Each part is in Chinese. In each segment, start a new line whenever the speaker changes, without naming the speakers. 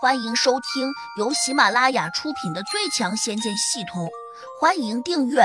欢迎收听由喜马拉雅出品的《最强仙剑系统》，欢迎订阅。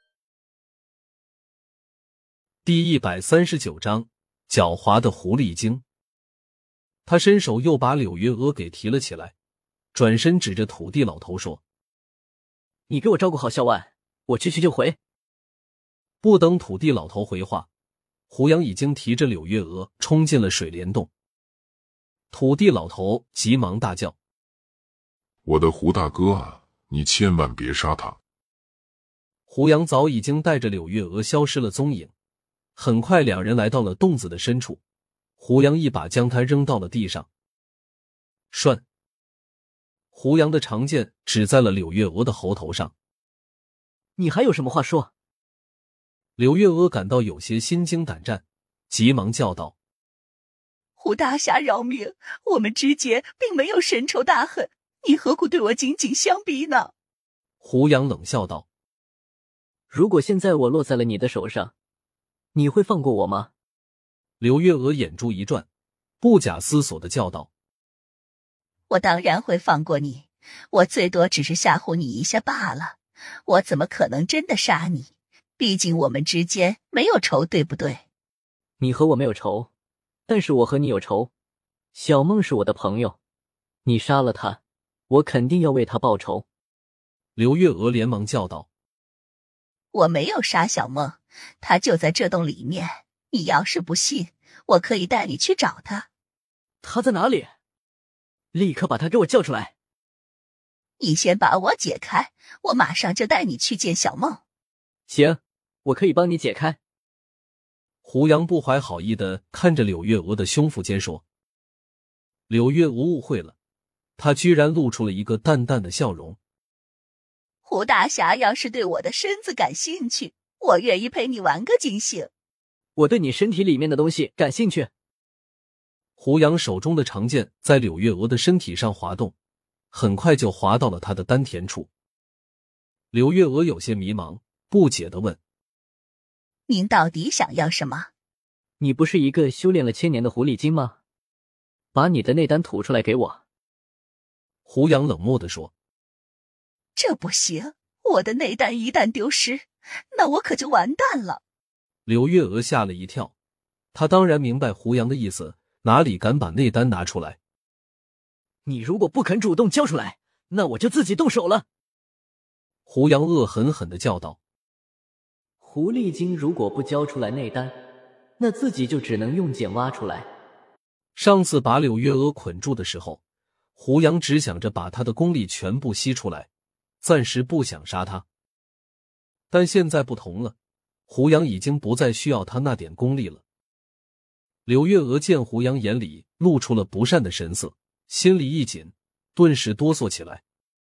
第139章，狡猾的狐狸精。他伸手又把柳月娥给提了起来，转身指着土地老头说：“
你给我照顾好小婉，我去就回。”
不等土地老头回话，胡杨已经提着柳月娥冲进了水帘洞。土地老头急忙大叫：“
我的胡大哥啊，你千万别杀他！”
胡杨早已经带着柳月娥消失了踪影，很快两人来到了洞子的深处，胡杨一把将他扔到了地上。唰！胡杨的长剑指在了柳月娥的喉头上。
你还有什么话说？
柳月娥感到有些心惊胆战，急忙叫道：“
胡大侠饶命，我们之间并没有深仇大恨，你何苦对我紧紧相逼呢？”
胡杨冷笑道：“
如果现在我落在了你的手上，你会放过我吗？”
柳月娥眼珠一转，不假思索地叫道：“
我当然会放过你，我最多只是吓唬你一下罢了，我怎么可能真的杀你？毕竟我们之间没有仇，对不对？”
你和我没有仇，但是我和你有仇。小梦是我的朋友，你杀了他，我肯定要为他报仇。
柳月娥连忙叫道：“
我没有杀小梦，他就在这洞里面，你要是不信，我可以带你去找他。”
他在哪里？立刻把他给我叫出来。
你先把我解开，我马上就带你去见小梦。
行，我可以帮你解开。
胡杨不怀好意地看着柳月娥的胸腹间说。柳月娥误会了，她居然露出了一个淡淡的笑容。
胡大侠要是对我的身子感兴趣，我愿意陪你玩个尽兴。
我对你身体里面的东西感兴趣。
胡杨手中的长剑在柳月娥的身体上滑动，很快就滑到了她的丹田处。柳月娥有些迷茫，不解地问：“
您到底想要什么？”
你不是一个修炼了1000年的狐狸精吗？把你的内丹吐出来给我。
胡杨冷漠地说。
这不行，我的内丹一旦丢失，那我可就完蛋了。
柳月娥吓了一跳，她当然明白胡杨的意思，哪里敢把内丹拿出来。
你如果不肯主动交出来，那我就自己动手了。
胡杨恶狠狠地叫道。
狐狸精如果不交出来内丹，那自己就只能用剑挖出来。
上次把柳月娥捆住的时候，胡杨只想着把她的功力全部吸出来，暂时不想杀她。但现在不同了，胡杨已经不再需要他那点功力了。柳月娥见胡杨眼里露出了不善的神色，心里一紧，顿时哆嗦起来。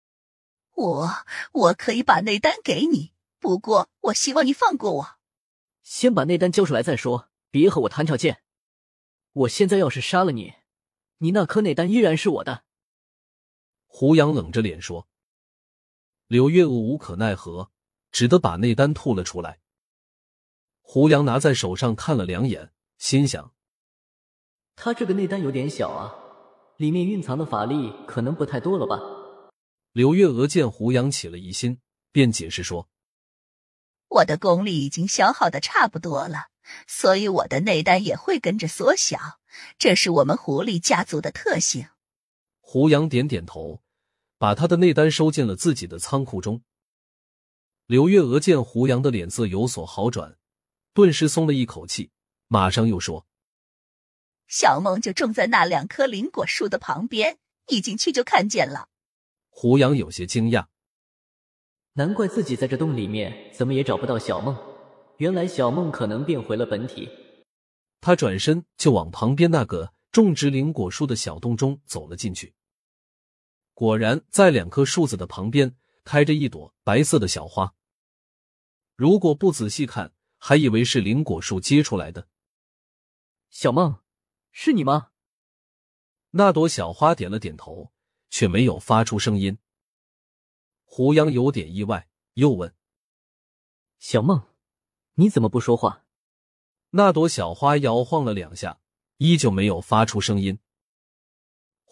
我可以把内丹给你，不过我希望你放过我。
先把内丹交出来再说，别和我谈条件。我现在要是杀了你，你那颗内丹依然是我的。
胡杨冷着脸说。柳月娥无可奈何，只得把内丹吐了出来。胡杨拿在手上看了2眼，心想：
他这个内丹有点小啊，里面蕴藏的法力可能不太多了吧。
柳月娥见胡杨起了疑心，便解释说：
我的功力已经消耗的差不多了，所以我的内丹也会跟着缩小，这是我们狐狸家族的特性。
胡杨点点头，把他的内丹收进了自己的仓库中。柳月娥见胡杨的脸色有所好转，顿时松了一口气，马上又说：
小梦就种在那2棵灵果树的旁边，一进去就看见了。
胡杨有些惊讶，
难怪自己在这洞里面怎么也找不到小梦，原来小梦可能变回了本体。
他转身就往旁边那个种植灵果树的小洞中走了进去。果然在2棵树子的旁边开着一朵白色的小花，如果不仔细看，还以为是灵果树结出来的。
小梦，是你吗？
那朵小花点了点头，却没有发出声音。胡杨有点意外，又问：
小梦，你怎么不说话？
那朵小花摇晃了2下，依旧没有发出声音。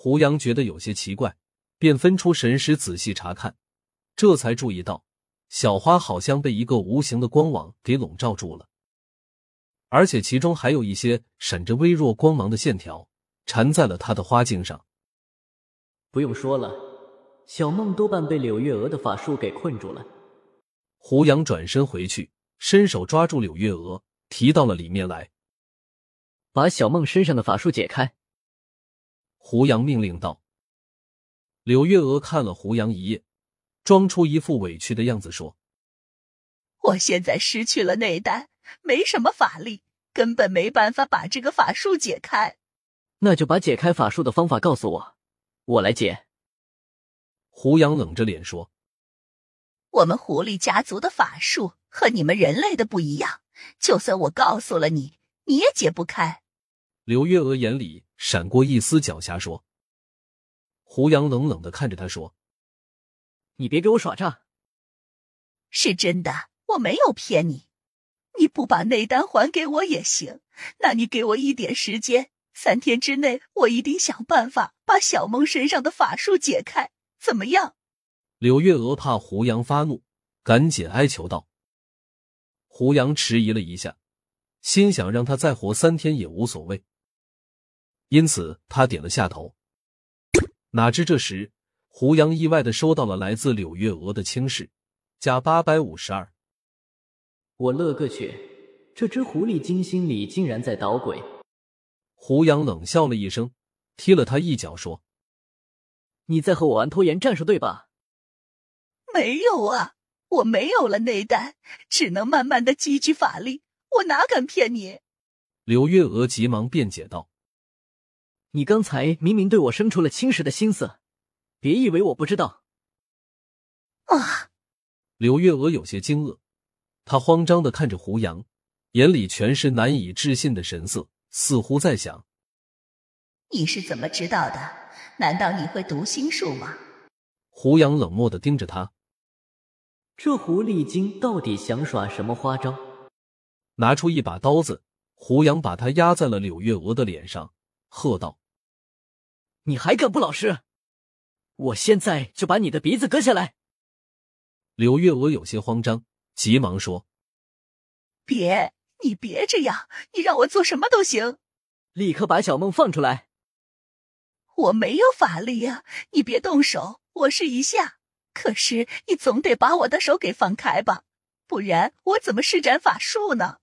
胡杨觉得有些奇怪，便分出神识仔细查看，这才注意到小花好像被一个无形的光网给笼罩住了，而且其中还有一些闪着微弱光芒的线条缠在了她的花茎上。
不用说了，小梦多半被柳月娥的法术给困住了。
胡杨转身回去，伸手抓住柳月娥，提到了里面来。
把小梦身上的法术解开。
胡杨命令道。柳月娥看了胡杨一眼，装出一副委屈的样子说：
我现在失去了内丹，没什么法力，根本没办法把这个法术解开。
那就把解开法术的方法告诉我，我来解。
胡杨冷着脸说：
我们狐狸家族的法术和你们人类的不一样，就算我告诉了你，你也解不开。
柳月娥眼里闪过一丝狡黠说。胡杨冷冷地看着他说：
你别给我耍诈。
是真的，我没有骗你。你不把内丹还给我也行，那你给我一点时间，3天之内我一定想办法把小梦身上的法术解开，怎么样？
柳月娥怕胡杨发怒，赶紧哀求道。胡杨迟疑了一下，心想让他再活3天也无所谓，因此他点了下头。哪知这时胡杨意外地收到了来自柳月娥的轻视，加852。
我勒个去，这只狐狸精心里竟然在捣鬼。
胡杨冷笑了一声，踢了他一脚说：
你在和我玩拖延战术对吧？
没有啊，我没有了内丹，只能慢慢的积聚法力，我哪敢骗你？
柳月娥急忙辩解道：
你刚才明明对我生出了轻视的心思，别以为我不知道。
啊！
柳月娥有些惊愕，她慌张地看着胡杨，眼里全是难以置信的神色，似乎在想：
你是怎么知道的？难道你会读心术吗？
胡杨冷漠地盯着他。
这狐狸精到底想耍什么花招？
拿出一把刀子，胡杨把他压在了柳月娥的脸上，喝道：
你还敢不老实？我现在就把你的鼻子割下来！
柳月娥有些慌张，急忙说：
别，你别这样，你让我做什么都行。
立刻把小梦放出来！
我没有法力啊，你别动手，我试一下。可是你总得把我的手给放开吧，不然我怎么施展法术呢？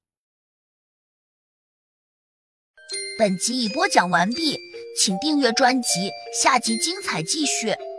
本集已播讲完毕，请订阅专辑，下集精彩继续。